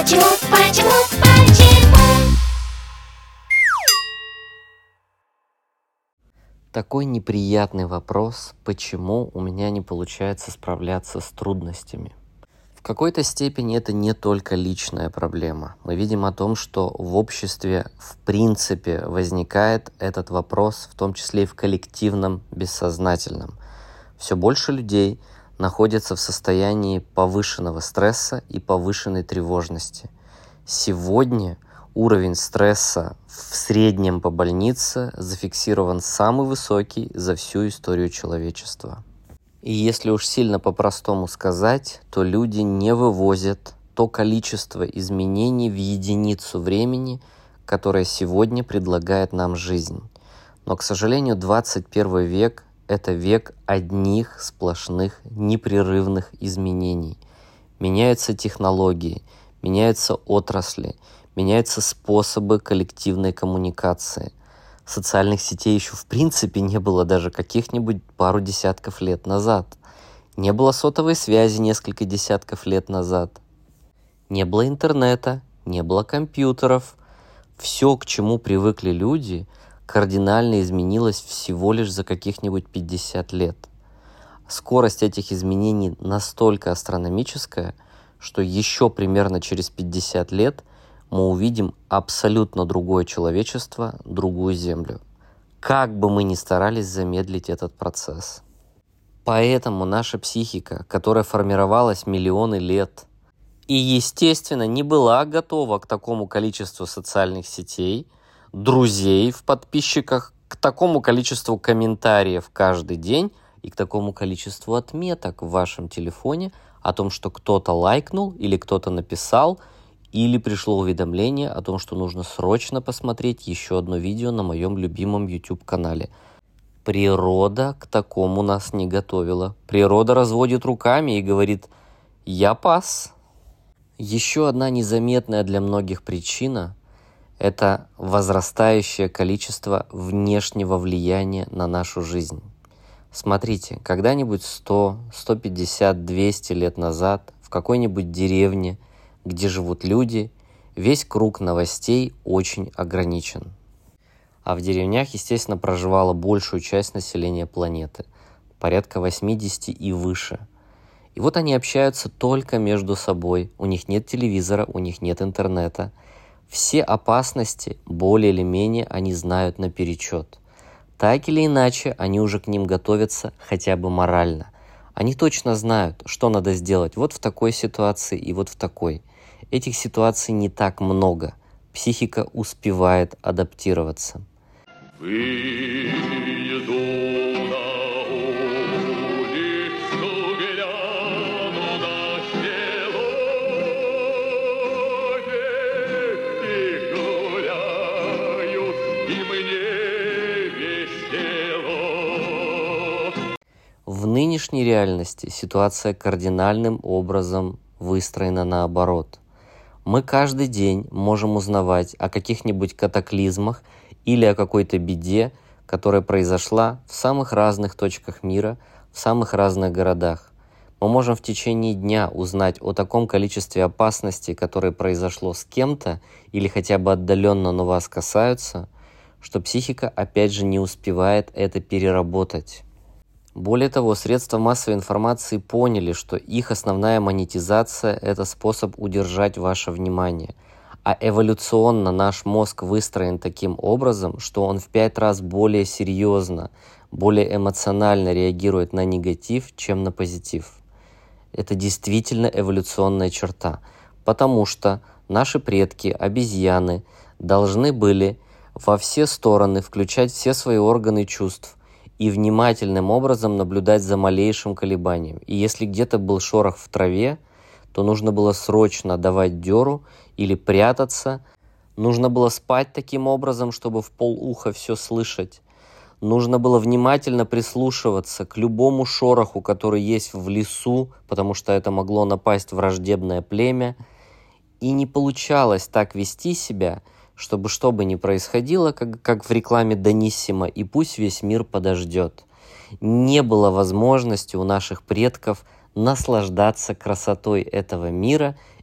почему? Такой неприятный вопрос, почему у меня не получается справляться с трудностями. В какой-то степени это не только личная проблема. Мы видим о том, что в обществе в принципе возникает этот вопрос, в том числе и в коллективном бессознательном. Все больше людей находятся в состоянии повышенного стресса и повышенной тревожности. Сегодня уровень стресса в среднем по больнице зафиксирован самый высокий за всю историю человечества. И если уж сильно по-простому сказать, то люди не вывозят то количество изменений в единицу времени, которое сегодня предлагает нам жизнь. Но, к сожалению, 21 век – это век одних сплошных непрерывных изменений. Меняются технологии, меняются отрасли, меняются способы коллективной коммуникации. Социальных сетей еще в принципе не было даже каких-нибудь пару десятков лет назад. Не было сотовой связи несколько десятков лет назад. Не было интернета, не было компьютеров. Все, к чему привыкли люди, кардинально изменилось всего лишь за каких-нибудь 50 лет. Скорость этих изменений настолько астрономическая, что еще примерно через 50 лет мы увидим абсолютно другое человечество, другую Землю. Как бы мы ни старались замедлить этот процесс. Поэтому наша психика, которая формировалась миллионы лет, и, естественно, не была готова к такому количеству социальных сетей, друзей в подписчиках, к такому количеству комментариев каждый день и к такому количеству отметок в вашем телефоне о том, что кто-то лайкнул или кто-то написал, или пришло уведомление о том, что нужно срочно посмотреть еще одно видео на моем любимом YouTube-канале. Природа к такому нас не готовила. Природа разводит руками и говорит: «Я пас». Еще одна незаметная для многих причина – это возрастающее количество внешнего влияния на нашу жизнь. Смотрите, когда-нибудь 100, 150, 200 лет назад в какой-нибудь деревне, где живут люди, весь круг новостей очень ограничен. А в деревнях, естественно, проживала большую часть населения планеты, порядка 80 и выше. И вот они общаются только между собой, у них нет телевизора, у них нет интернета. Все опасности, более или менее, они знают наперечет. Так или иначе, они уже к ним готовятся хотя бы морально. Они точно знают, что надо сделать вот в такой ситуации и вот в такой. Этих ситуаций не так много. Психика успевает адаптироваться. Выйду на улицу, гляну на сегодня и гуляю, и мне весело. В нынешней реальности ситуация кардинальным образом выстроена наоборот. Мы каждый день можем узнавать о каких-нибудь катаклизмах или о какой-то беде, которая произошла в самых разных точках мира, в самых разных городах. Мы можем в течение дня узнать о таком количестве опасностей, которое произошло с кем-то или хотя бы отдаленно, но вас касаются, что психика опять же не успевает это переработать. Более того, средства массовой информации поняли, что их основная монетизация – это способ удержать ваше внимание. А эволюционно наш мозг выстроен таким образом, что он в 5 раз более серьезно, более эмоционально реагирует на негатив, чем на позитив. Это действительно эволюционная черта, потому что наши предки, обезьяны, должны были во все стороны включать все свои органы чувств и внимательным образом наблюдать за малейшим колебанием. И если где-то был шорох в траве, то нужно было срочно давать дёру или прятаться. Нужно было спать таким образом, чтобы в полуха все слышать. Нужно было внимательно прислушиваться к любому шороху, который есть в лесу, потому что это могло напасть враждебное племя. И не получалось так вести себя, чтобы что бы ни происходило, как в рекламе Даниссимо, и пусть весь мир подождет. Не было возможности у наших предков наслаждаться красотой этого мира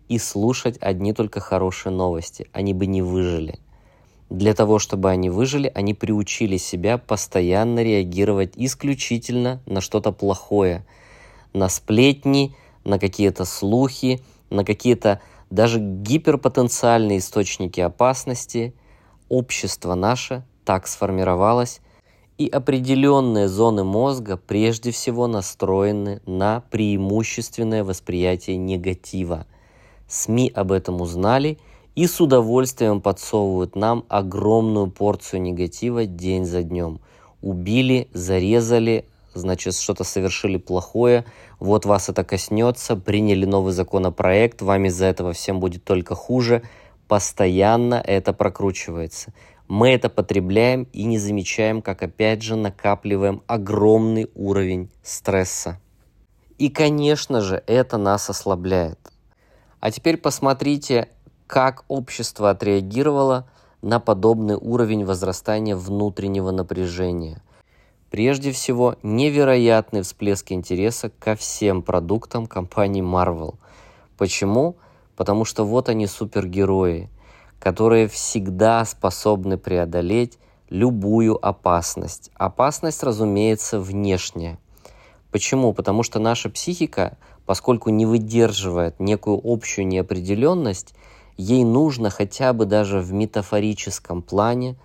и слушать одни только хорошие новости. Они бы не выжили. Для того, чтобы они выжили, они приучили себя постоянно реагировать исключительно на что-то плохое, на сплетни, на какие-то слухи, на какие-то даже гиперпотенциальные источники опасности. Общество наше так сформировалось, и определенные зоны мозга прежде всего настроены на преимущественное восприятие негатива. СМИ об этом узнали и с удовольствием подсовывают нам огромную порцию негатива день за днем. Убили, зарезали, значит, что-то совершили плохое, вот вас это коснется, приняли новый законопроект, вам из-за этого всем будет только хуже. Постоянно это прокручивается. Мы это потребляем и не замечаем, как опять же накапливаем огромный уровень стресса. И, конечно же, это нас ослабляет. А теперь посмотрите, как общество отреагировало на подобный уровень возрастания внутреннего напряжения. Прежде всего, невероятный всплеск интереса ко всем продуктам компании Marvel. Почему? Потому что вот они супергерои, которые всегда способны преодолеть любую опасность. Опасность, разумеется, внешняя. Почему? Потому что наша психика, поскольку не выдерживает некую общую неопределенность, ей нужно хотя бы даже в метафорическом плане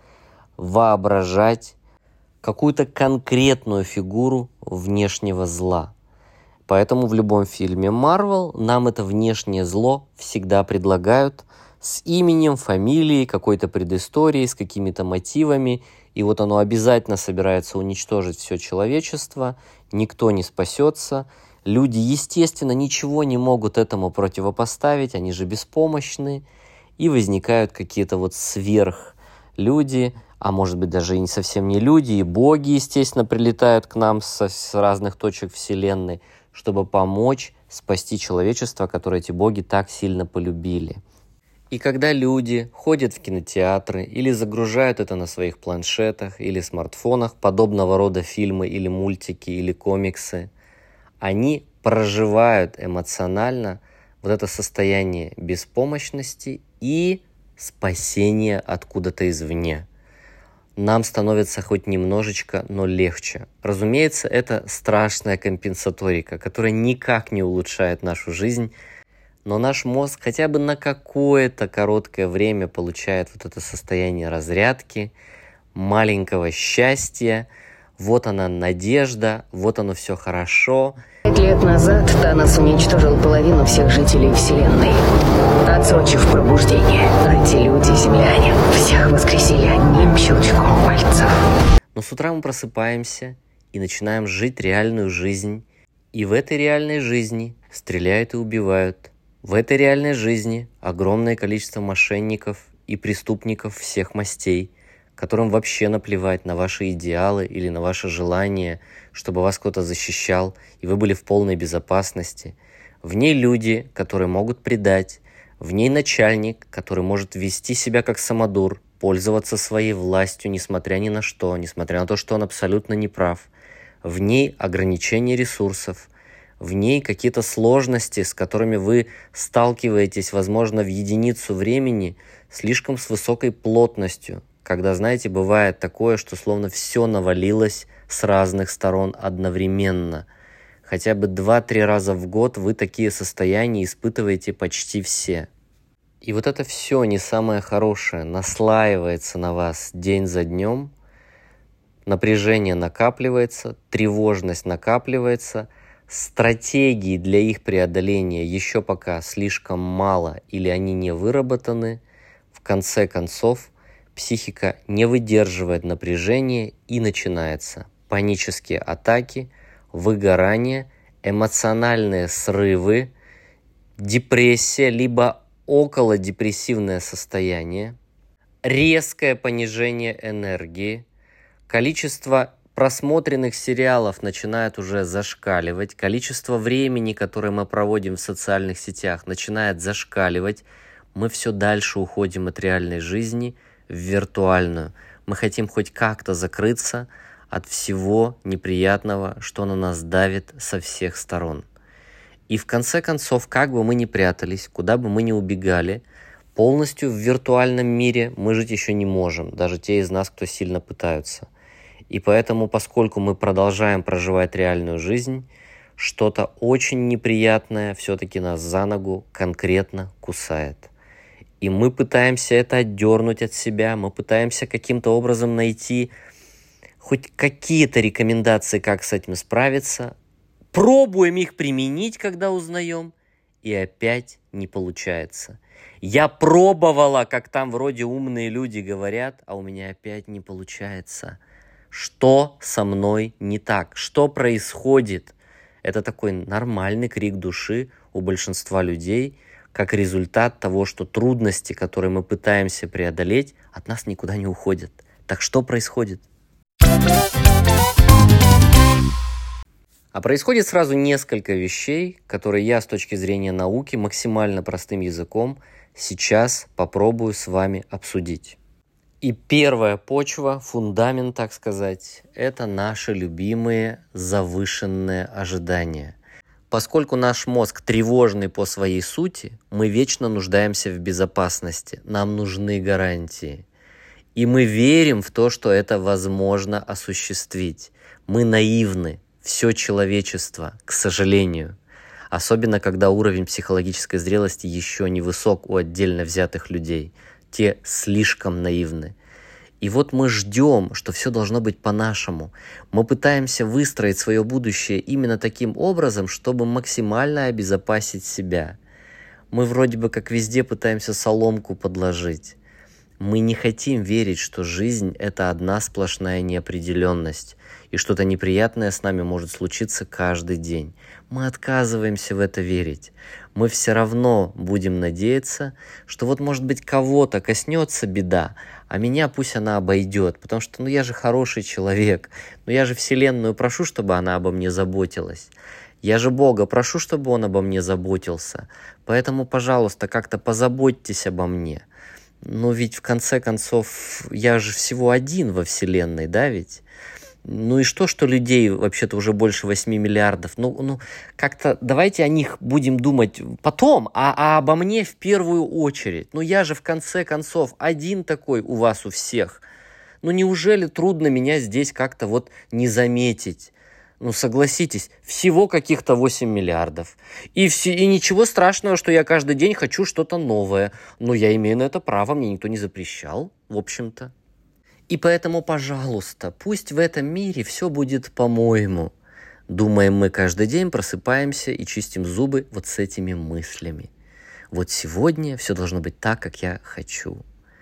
воображать какую-то конкретную фигуру внешнего зла. Поэтому в любом фильме Marvel нам это внешнее зло всегда предлагают с именем, фамилией, какой-то предысторией, с какими-то мотивами. И вот оно обязательно собирается уничтожить все человечество, никто не спасется. Люди, естественно, ничего не могут этому противопоставить, они же беспомощны. И возникают какие-то вот сверхлюди, а может быть даже и совсем не люди, и боги, естественно, прилетают к нам с разных точек Вселенной, чтобы помочь спасти человечество, которое эти боги так сильно полюбили. И когда люди ходят в кинотеатры или загружают это на своих планшетах или смартфонах, подобного рода фильмы или мультики или комиксы, они проживают эмоционально вот это состояние беспомощности и спасения откуда-то извне. Нам становится хоть немножечко, но легче. Разумеется, это страшная компенсаторика, которая никак не улучшает нашу жизнь, но наш мозг хотя бы на какое-то короткое время получает вот это состояние разрядки, маленького счастья. Вот она надежда, вот оно все хорошо. 5 лет назад Танос уничтожил половину всех жителей Вселенной, отсрочив пробуждение. А те люди, земляне, всех воскресили одним щелчком пальцев. Но с утра мы просыпаемся и начинаем жить реальную жизнь. И в этой реальной жизни стреляют и убивают. В этой реальной жизни огромное количество мошенников и преступников всех мастей, которым вообще наплевать на ваши идеалы или на ваши желания, чтобы вас кто-то защищал, и вы были в полной безопасности. В ней люди, которые могут предать. В ней начальник, который может вести себя как самодур, пользоваться своей властью, несмотря ни на что, несмотря на то, что он абсолютно не прав. В ней ограничение ресурсов. В ней какие-то сложности, с которыми вы сталкиваетесь, возможно, в единицу времени, слишком с высокой плотностью. Когда, знаете, бывает такое, что словно все навалилось с разных сторон одновременно. Хотя бы 2-3 раза в год вы такие состояния испытываете почти все. И вот это все не самое хорошее наслаивается на вас день за днем, напряжение накапливается, тревожность накапливается, стратегий для их преодоления еще пока слишком мало или они не выработаны. В конце концов, психика не выдерживает напряжения и начинается панические атаки, выгорание, эмоциональные срывы, депрессия, либо околодепрессивное состояние, резкое понижение энергии, количество просмотренных сериалов начинает уже зашкаливать, количество времени, которое мы проводим в социальных сетях, начинает зашкаливать. Мы все дальше уходим от реальной жизни в виртуальную. Мы хотим хоть как-то закрыться от всего неприятного, что на нас давит со всех сторон. И в конце концов, как бы мы ни прятались, куда бы мы ни убегали, полностью в виртуальном мире мы жить еще не можем, даже те из нас, кто сильно пытаются. И поэтому, поскольку мы продолжаем проживать реальную жизнь, что-то очень неприятное все-таки нас за ногу конкретно кусает. И мы пытаемся это отдернуть от себя, мы пытаемся каким-то образом найти хоть какие-то рекомендации, как с этим справиться, пробуем их применить, когда узнаем, и опять не получается. Я пробовала, как там вроде умные люди говорят, а у меня опять не получается. Что со мной не так? Что происходит? Это такой нормальный крик души у большинства людей, как результат того, что трудности, которые мы пытаемся преодолеть, от нас никуда не уходят. Так что происходит? А происходит сразу несколько вещей, которые я с точки зрения науки максимально простым языком сейчас попробую с вами обсудить. И первая почва, фундамент, так сказать, это наши любимые завышенные ожидания. Поскольку наш мозг тревожный по своей сути, мы вечно нуждаемся в безопасности, нам нужны гарантии. И мы верим в то, что это возможно осуществить. Мы наивны, все человечество, к сожалению. Особенно, когда уровень психологической зрелости еще не высок у отдельно взятых людей. Те слишком наивны. И вот мы ждем, что все должно быть по-нашему. Мы пытаемся выстроить свое будущее именно таким образом, чтобы максимально обезопасить себя. Мы вроде бы как везде пытаемся соломку подложить. Мы не хотим верить, что жизнь – это одна сплошная неопределенность, и что-то неприятное с нами может случиться каждый день. Мы отказываемся в это верить. Мы все равно будем надеяться, что вот, может быть, кого-то коснется беда, а меня пусть она обойдет, потому что я же хороший человек, я же Вселенную прошу, чтобы она обо мне заботилась. Я же Бога прошу, чтобы Он обо мне заботился. Поэтому, пожалуйста, как-то позаботьтесь обо мне. Но ведь в конце концов я же всего один во Вселенной, да ведь? Ну и что людей вообще-то уже больше 8 миллиардов? Как-то давайте о них будем думать потом, а обо мне в первую очередь. Я же в конце концов один такой у вас у всех. Неужели трудно меня здесь как-то не заметить? Согласитесь, всего каких-то 8 миллиардов. И ничего страшного, что я каждый день хочу что-то новое. Но я имею на это право, мне никто не запрещал, в общем-то. И поэтому, пожалуйста, пусть в этом мире все будет по-моему. Думаем мы каждый день, просыпаемся и чистим зубы с этими мыслями. Вот сегодня все должно быть так, как я хочу.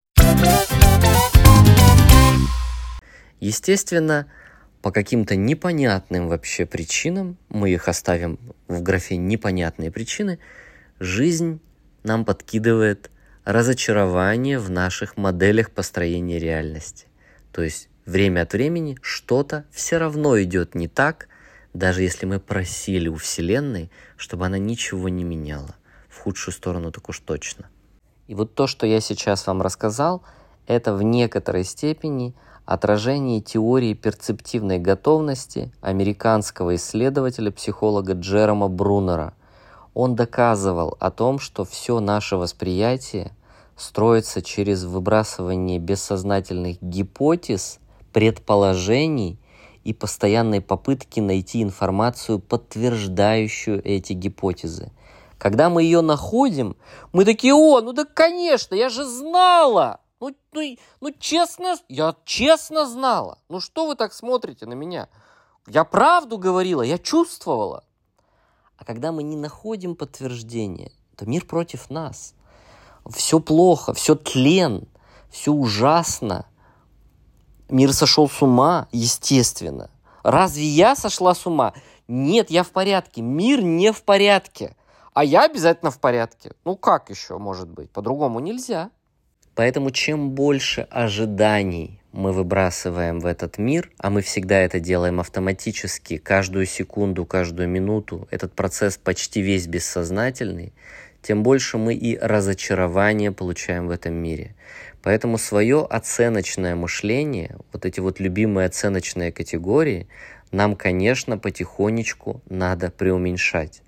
Естественно, по каким-то непонятным вообще причинам, мы их оставим в графе «непонятные причины», жизнь нам подкидывает разочарование в наших моделях построения реальности. То есть время от времени что-то все равно идет не так, даже если мы просили у Вселенной, чтобы она ничего не меняла. В худшую сторону так уж точно. И вот то, что я сейчас вам рассказал, это в некоторой степени отражение теории перцептивной готовности американского исследователя-психолога Джерома Брунера. Он доказывал о том, что все наше восприятие строится через выбрасывание бессознательных гипотез, предположений и постоянной попытки найти информацию, подтверждающую эти гипотезы. Когда мы ее находим, мы такие: да конечно, я же знала! Честно, я честно знала. Что вы так смотрите на меня? Я правду говорила, я чувствовала. А когда мы не находим подтверждения, то мир против нас. Все плохо, все тлен, все ужасно. Мир сошел с ума, естественно. Разве я сошла с ума? Нет, я в порядке. Мир не в порядке. А я обязательно в порядке. Как еще может быть? По-другому нельзя. Поэтому чем больше ожиданий мы выбрасываем в этот мир, а мы всегда это делаем автоматически, каждую секунду, каждую минуту, этот процесс почти весь бессознательный, тем больше мы и разочарования получаем в этом мире. Поэтому свое оценочное мышление, эти любимые оценочные категории, нам, конечно, потихонечку надо преуменьшать.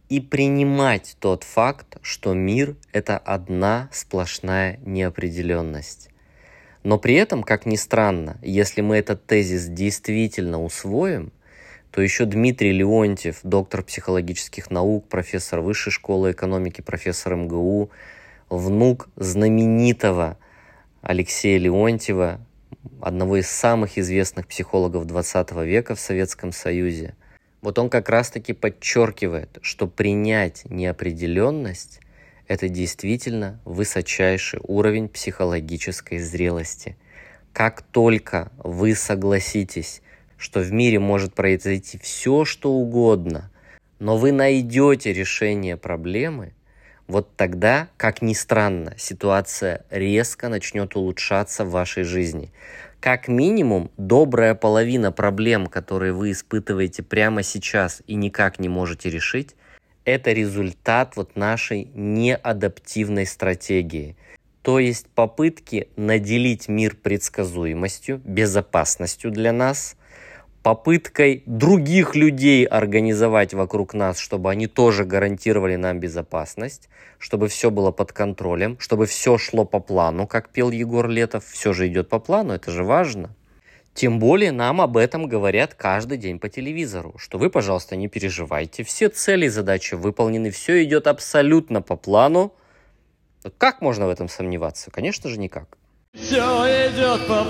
и принимать тот факт, что мир – это одна сплошная неопределенность. Но при этом, как ни странно, если мы этот тезис действительно усвоим, то еще Дмитрий Леонтьев, доктор психологических наук, профессор Высшей школы экономики, профессор МГУ, внук знаменитого Алексея Леонтьева, одного из самых известных психологов 20 века в Советском Союзе, вот он как раз-таки подчеркивает, что принять неопределенность – это действительно высочайший уровень психологической зрелости. Как только вы согласитесь, что в мире может произойти все, что угодно, но вы найдете решение проблемы, вот тогда, как ни странно, ситуация резко начнет улучшаться в вашей жизни. Как минимум, добрая половина проблем, которые вы испытываете прямо сейчас и никак не можете решить, это результат вот нашей неадаптивной стратегии. То есть попытки наделить мир предсказуемостью, безопасностью для нас, попыткой других людей организовать вокруг нас, чтобы они тоже гарантировали нам безопасность, чтобы все было под контролем, чтобы все шло по плану, как пел Егор Летов. Все же идет по плану, это же важно. Тем более нам об этом говорят каждый день по телевизору, что вы, пожалуйста, не переживайте, все цели и задачи выполнены, все идет абсолютно по плану. Как можно в этом сомневаться? Конечно же, никак. Все идет по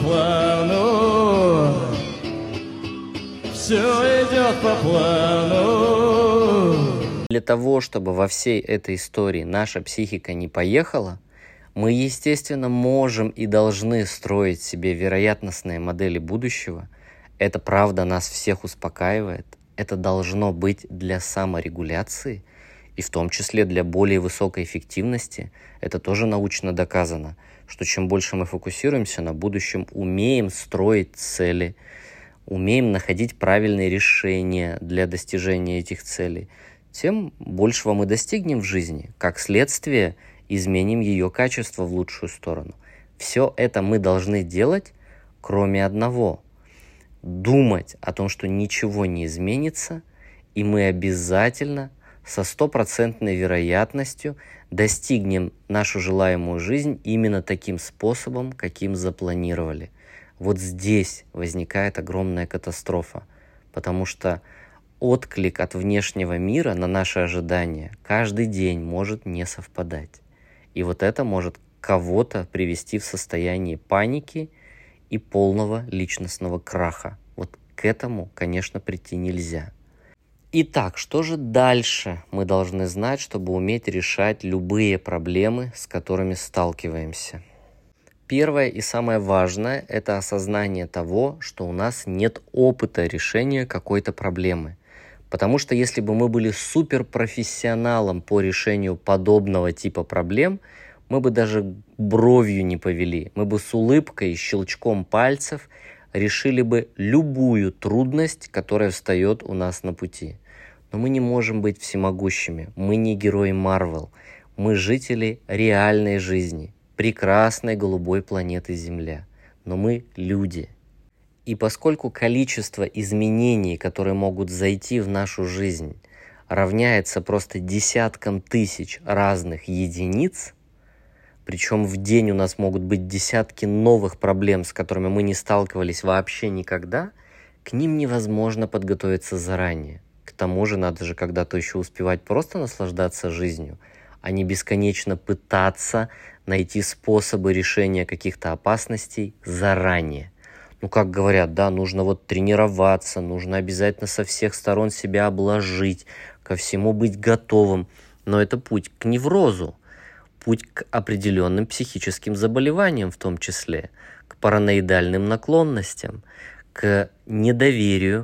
плану. Все идет по плану. Для того, чтобы во всей этой истории наша психика не поехала, мы, естественно, можем и должны строить себе вероятностные модели будущего. Это, правда, нас всех успокаивает. Это должно быть для саморегуляции и в том числе для более высокой эффективности. Это тоже научно доказано, что чем больше мы фокусируемся на будущем, умеем строить цели, умеем находить правильные решения для достижения этих целей, тем большего мы достигнем в жизни. Как следствие, изменим ее качество в лучшую сторону. Все это мы должны делать, кроме одного. Думать о том, что ничего не изменится, и мы обязательно со 100% вероятностью достигнем нашу желаемую жизнь именно таким способом, каким запланировали. Вот здесь возникает огромная катастрофа, потому что отклик от внешнего мира на наши ожидания каждый день может не совпадать. И вот это может кого-то привести в состояние паники и полного личностного краха. Вот к этому, конечно, прийти нельзя. Итак, что же дальше мы должны знать, чтобы уметь решать любые проблемы, с которыми сталкиваемся? Первое и самое важное – это осознание того, что у нас нет опыта решения какой-то проблемы. Потому что если бы мы были суперпрофессионалом по решению подобного типа проблем, мы бы даже бровью не повели. Мы бы с улыбкой и щелчком пальцев решили бы любую трудность, которая встает у нас на пути. Но мы не можем быть всемогущими. Мы не герои Марвел. Мы жители реальной жизни, прекрасной голубой планеты Земля. Но мы люди. И поскольку количество изменений, которые могут зайти в нашу жизнь, равняется просто десяткам тысяч разных единиц, причем в день у нас могут быть десятки новых проблем, с которыми мы не сталкивались вообще никогда, к ним невозможно подготовиться заранее. К тому же надо же когда-то еще успевать просто наслаждаться жизнью, а не бесконечно пытаться найти способы решения каких-то опасностей заранее. Как говорят, да, нужно вот тренироваться, нужно обязательно со всех сторон себя обложить, ко всему быть готовым. Но это путь к неврозу, путь к определенным психическим заболеваниям в том числе, к параноидальным наклонностям, к недоверию,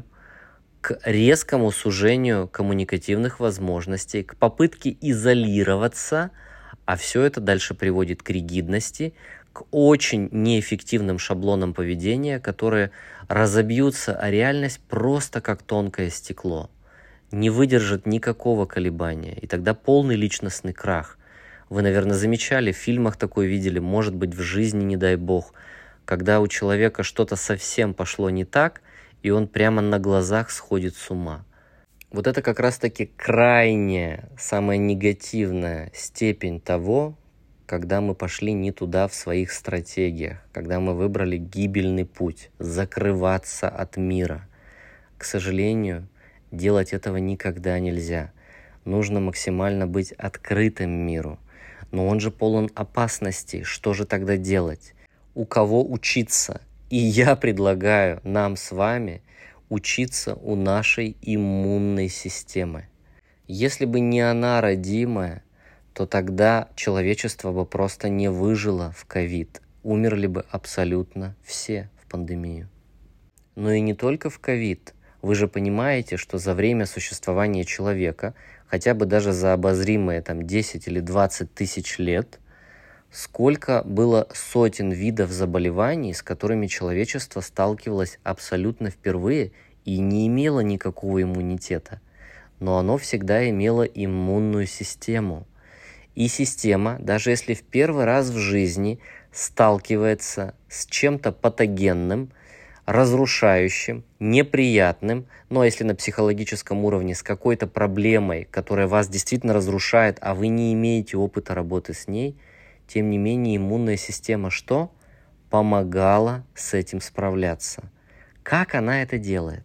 к резкому сужению коммуникативных возможностей, к попытке изолироваться, а все это дальше приводит к ригидности, к очень неэффективным шаблонам поведения, которые разобьются о реальность просто как тонкое стекло, не выдержат никакого колебания, и тогда полный личностный крах. Вы, наверное, замечали, в фильмах такое видели, может быть, в жизни, не дай бог, когда у человека что-то совсем пошло не так, и он прямо на глазах сходит с ума. Вот это как раз-таки крайняя, самая негативная степень того, когда мы пошли не туда в своих стратегиях, когда мы выбрали гибельный путь, закрываться от мира. К сожалению, делать этого никогда нельзя. Нужно максимально быть открытым миру. Но он же полон опасностей. Что же тогда делать? У кого учиться? И я предлагаю нам с вами учиться у нашей иммунной системы. Если бы не она родимая, то тогда человечество бы просто не выжило в ковид. Умерли бы абсолютно все в пандемию. Но и не только в ковид. Вы же понимаете, что за время существования человека, хотя бы даже за обозримые 10 или 20 тысяч лет, сколько было сотен видов заболеваний, с которыми человечество сталкивалось абсолютно впервые и не имело никакого иммунитета. Но оно всегда имело иммунную систему. И система, даже если в первый раз в жизни сталкивается с чем-то патогенным, разрушающим, неприятным, но если на психологическом уровне с какой-то проблемой, которая вас действительно разрушает, а вы не имеете опыта работы с ней, тем не менее иммунная система что? Помогала с этим справляться. Как она это делает?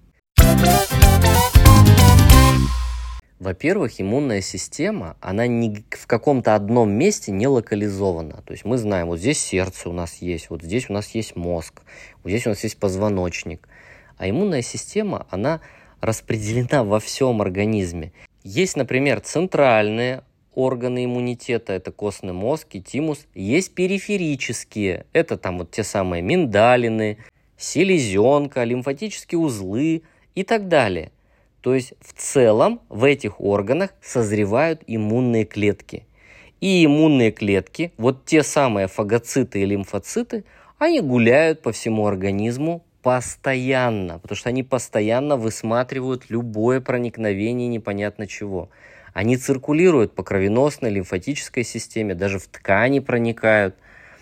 Во-первых, иммунная система, она не в каком-то одном месте не локализована. То есть мы знаем, вот здесь сердце у нас есть, вот здесь у нас есть мозг, вот здесь у нас есть позвоночник. А иммунная система, она распределена во всем организме. Есть, например, центральные органы иммунитета, это костный мозг и тимус. Есть периферические, это те самые миндалины, селезенка, лимфатические узлы и так далее. То есть в целом в этих органах созревают иммунные клетки. И иммунные клетки, вот те самые фагоциты и лимфоциты, они гуляют по всему организму постоянно, потому что они постоянно высматривают любое проникновение непонятно чего. Они циркулируют по кровеносной, лимфатической системе, даже в ткани проникают.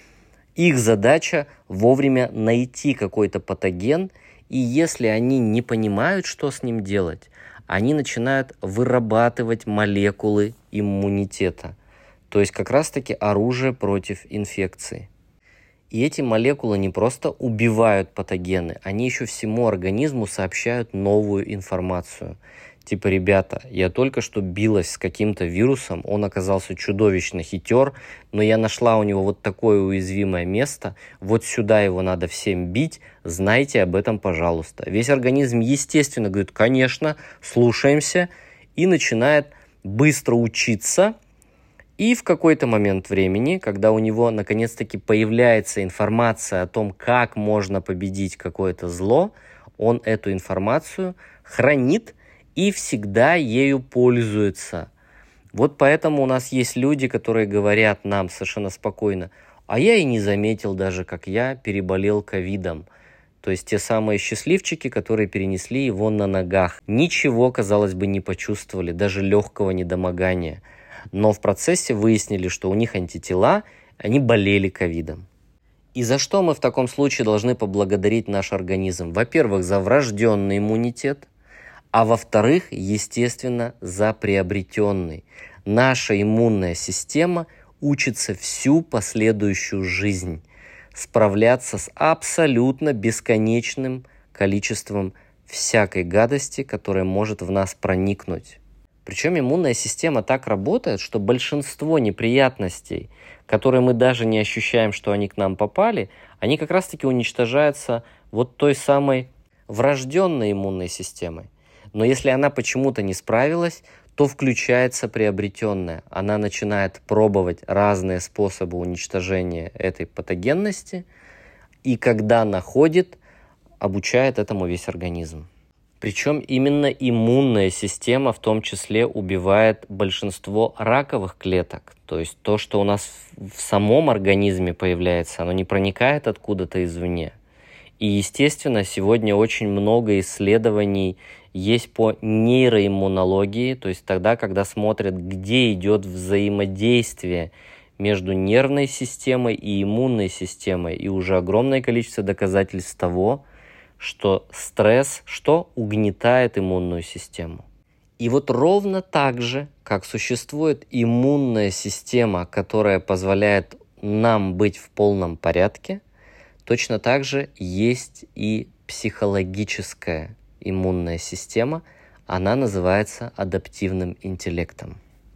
Их задача вовремя найти какой-то патоген, и если они не понимают, что с ним делать, они начинают вырабатывать молекулы иммунитета. То есть как раз-таки оружие против инфекции. И эти молекулы не просто убивают патогены, они еще всему организму сообщают новую информацию. Типа, ребята, я только что билась с каким-то вирусом, он оказался чудовищно хитер, но я нашла у него вот такое уязвимое место, вот сюда его надо всем бить, знайте об этом, пожалуйста. Весь организм, естественно, говорит, конечно, слушаемся, и начинает быстро учиться, и в какой-то момент времени, когда у него наконец-таки появляется информация о том, как можно победить какое-то зло, он эту информацию хранит, и всегда ею пользуется. Вот поэтому у нас есть люди, которые говорят нам совершенно спокойно, а я и не заметил даже, как я переболел ковидом. То есть те самые счастливчики, которые перенесли его на ногах. Ничего, казалось бы, не почувствовали, даже легкого недомогания. Но в процессе выяснили, что у них антитела, они болели ковидом. И за что мы в таком случае должны поблагодарить наш организм? Во-первых, за врожденный иммунитет, а во-вторых, естественно, за приобретенный. Наша иммунная система учится всю последующую жизнь справляться с абсолютно бесконечным количеством всякой гадости, которая может в нас проникнуть. Причем иммунная система так работает, что большинство неприятностей, которые мы даже не ощущаем, что они к нам попали, они как раз-таки уничтожаются вот той самой врожденной иммунной системой. Но если она почему-то не справилась, то включается приобретенная. Она начинает пробовать разные способы уничтожения этой патогенности, и когда находит, обучает этому весь организм. Причем именно иммунная система в том числе убивает большинство раковых клеток. То есть то, что у нас в самом организме появляется, оно не проникает откуда-то извне. И, естественно, сегодня очень много исследований есть по нейроиммунологии, то есть тогда, когда смотрят, где идет взаимодействие между нервной системой и иммунной системой, и уже огромное количество доказательств того, что стресс угнетает иммунную систему. И вот ровно так же, как существует иммунная система, которая позволяет нам быть в полном порядке, точно так же есть и психологическая иммунная система. Она называется адаптивным интеллектом.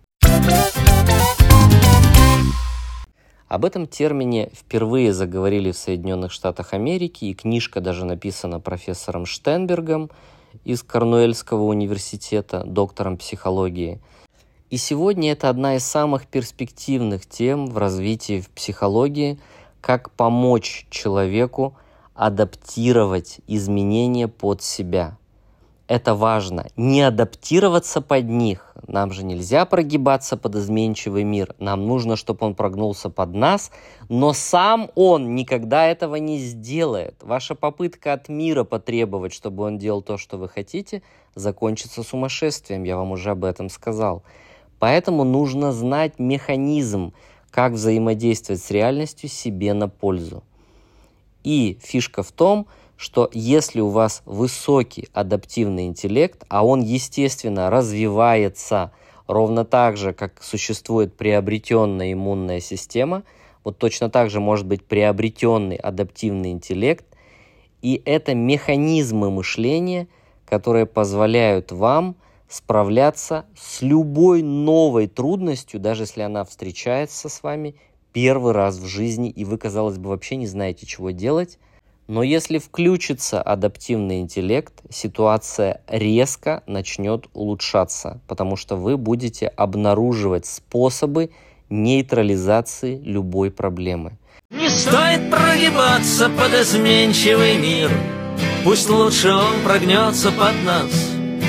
Об этом термине впервые заговорили в Соединенных Штатах Америки, и книжка даже написана профессором Штенбергом из Корнуэльского университета, доктором психологии. И сегодня это одна из самых перспективных тем в развитии в психологии, как помочь человеку адаптировать изменения под себя. Это важно. Не адаптироваться под них. Нам же нельзя прогибаться под изменчивый мир. Нам нужно, чтобы он прогнулся под нас, но сам он никогда этого не сделает. Ваша попытка от мира потребовать, чтобы он делал то, что вы хотите, закончится сумасшествием. Я вам уже об этом сказал. Поэтому нужно знать механизм, как взаимодействовать с реальностью себе на пользу. И фишка в том, что если у вас высокий адаптивный интеллект, а он, естественно, развивается ровно так же, как существует приобретенная иммунная система, вот точно так же может быть приобретенный адаптивный интеллект, и это механизмы мышления, которые позволяют вам справляться с любой новой трудностью, даже если она встречается с вами первый раз в жизни, и вы, казалось бы, вообще не знаете, чего делать. Но если включится адаптивный интеллект, ситуация резко начнет улучшаться, потому что вы будете обнаруживать способы нейтрализации любой проблемы. Не стоит прогибаться под изменчивый мир, пусть лучше он прогнется под нас.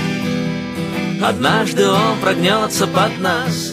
Однажды он прогнется под нас.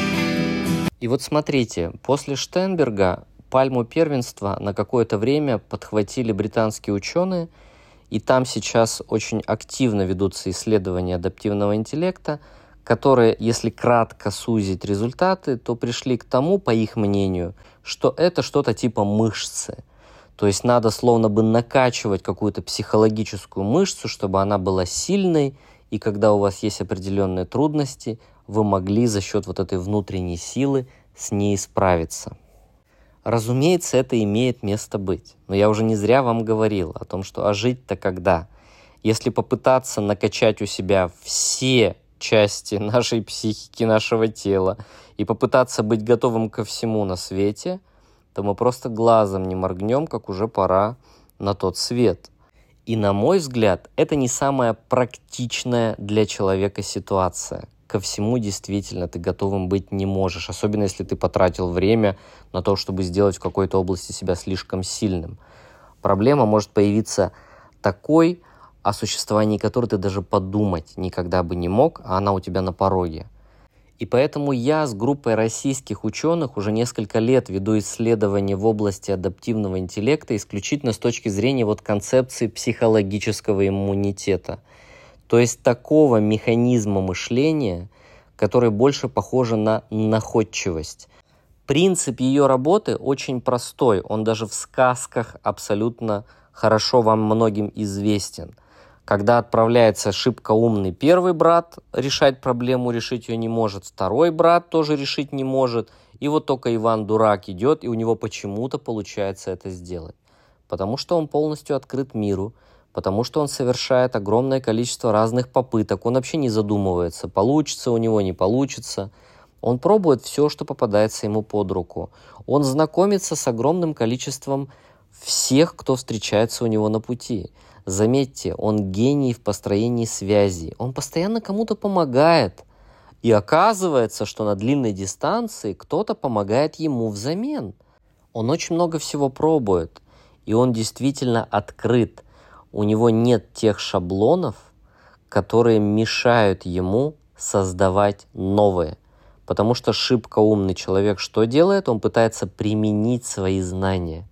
И вот смотрите, после Штенберга пальму первенства на какое-то время подхватили британские ученые, и там сейчас очень активно ведутся исследования адаптивного интеллекта, которые, если кратко сузить результаты, то пришли к тому, по их мнению, что это что-то типа мышцы. То есть надо словно бы накачивать какую-то психологическую мышцу, чтобы она была сильной, и когда у вас есть определенные трудности, вы могли за счет вот этой внутренней силы с ней справиться. Разумеется, это имеет место быть. Но я уже не зря вам говорил о том, что а жить-то когда? Если попытаться накачать у себя все части нашей психики, нашего тела, и попытаться быть готовым ко всему на свете, то мы просто глазом не моргнем, как уже пора на тот свет. И, на мой взгляд, это не самая практичная для человека ситуация. Ко всему действительно ты готовым быть не можешь, особенно если ты потратил время на то, чтобы сделать в какой-то области себя слишком сильным. Проблема может появиться такой, о существовании которой ты даже подумать никогда бы не мог, а она у тебя на пороге. И поэтому я с группой российских ученых уже несколько лет веду исследования в области адаптивного интеллекта исключительно с точки зрения вот концепции психологического иммунитета. То есть такого механизма мышления, который больше похож на находчивость. Принцип ее работы очень простой, он даже в сказках абсолютно хорошо вам многим известен. Когда отправляется шибко умный первый брат решать проблему, решить ее не может, второй брат тоже решить не может, и вот только Иван Дурак идет, и у него почему-то получается это сделать. Потому что он полностью открыт миру, потому что он совершает огромное количество разных попыток, он вообще не задумывается, получится у него, не получится. Он пробует все, что попадается ему под руку. Он знакомится с огромным количеством всех, кто встречается у него на пути. Заметьте, он гений в построении связей. Он постоянно кому-то помогает. И оказывается, что на длинной дистанции кто-то помогает ему взамен. Он очень много всего пробует. И он действительно открыт. У него нет тех шаблонов, которые мешают ему создавать новые. Потому что шибко умный человек что делает? Он пытается применить свои знания.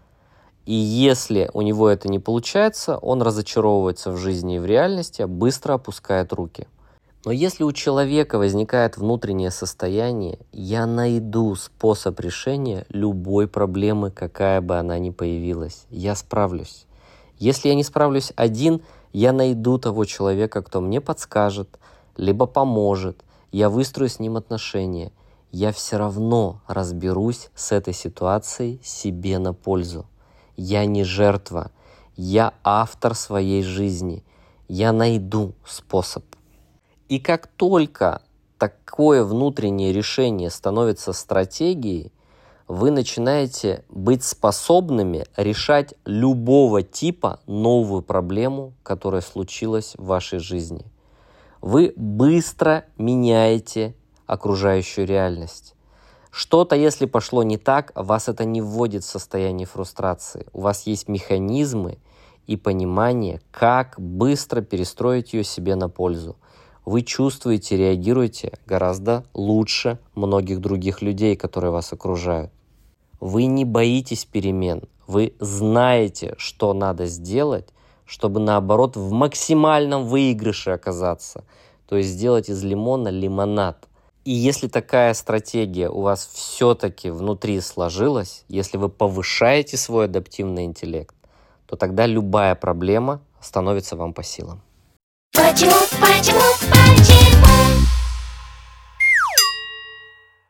И если у него это не получается, он разочаровывается в жизни и в реальности, быстро опускает руки. Но если у человека возникает внутреннее состояние, я найду способ решения любой проблемы, какая бы она ни появилась. Я справлюсь. Если я не справлюсь один, я найду того человека, кто мне подскажет, либо поможет, я выстрою с ним отношения, я все равно разберусь с этой ситуацией себе на пользу. Я не жертва, я автор своей жизни, я найду способ. И как только такое внутреннее решение становится стратегией, вы начинаете быть способными решать любого типа новую проблему, которая случилась в вашей жизни. Вы быстро меняете окружающую реальность. Что-то, если пошло не так, вас это не вводит в состояние фрустрации. У вас есть механизмы и понимание, как быстро перестроить ее себе на пользу. Вы чувствуете, реагируете гораздо лучше многих других людей, которые вас окружают. Вы не боитесь перемен, вы знаете, что надо сделать, чтобы наоборот в максимальном выигрыше оказаться, то есть сделать из лимона лимонад. И если такая стратегия у вас все-таки внутри сложилась, если вы повышаете свой адаптивный интеллект, то тогда любая проблема становится вам по силам. Почему?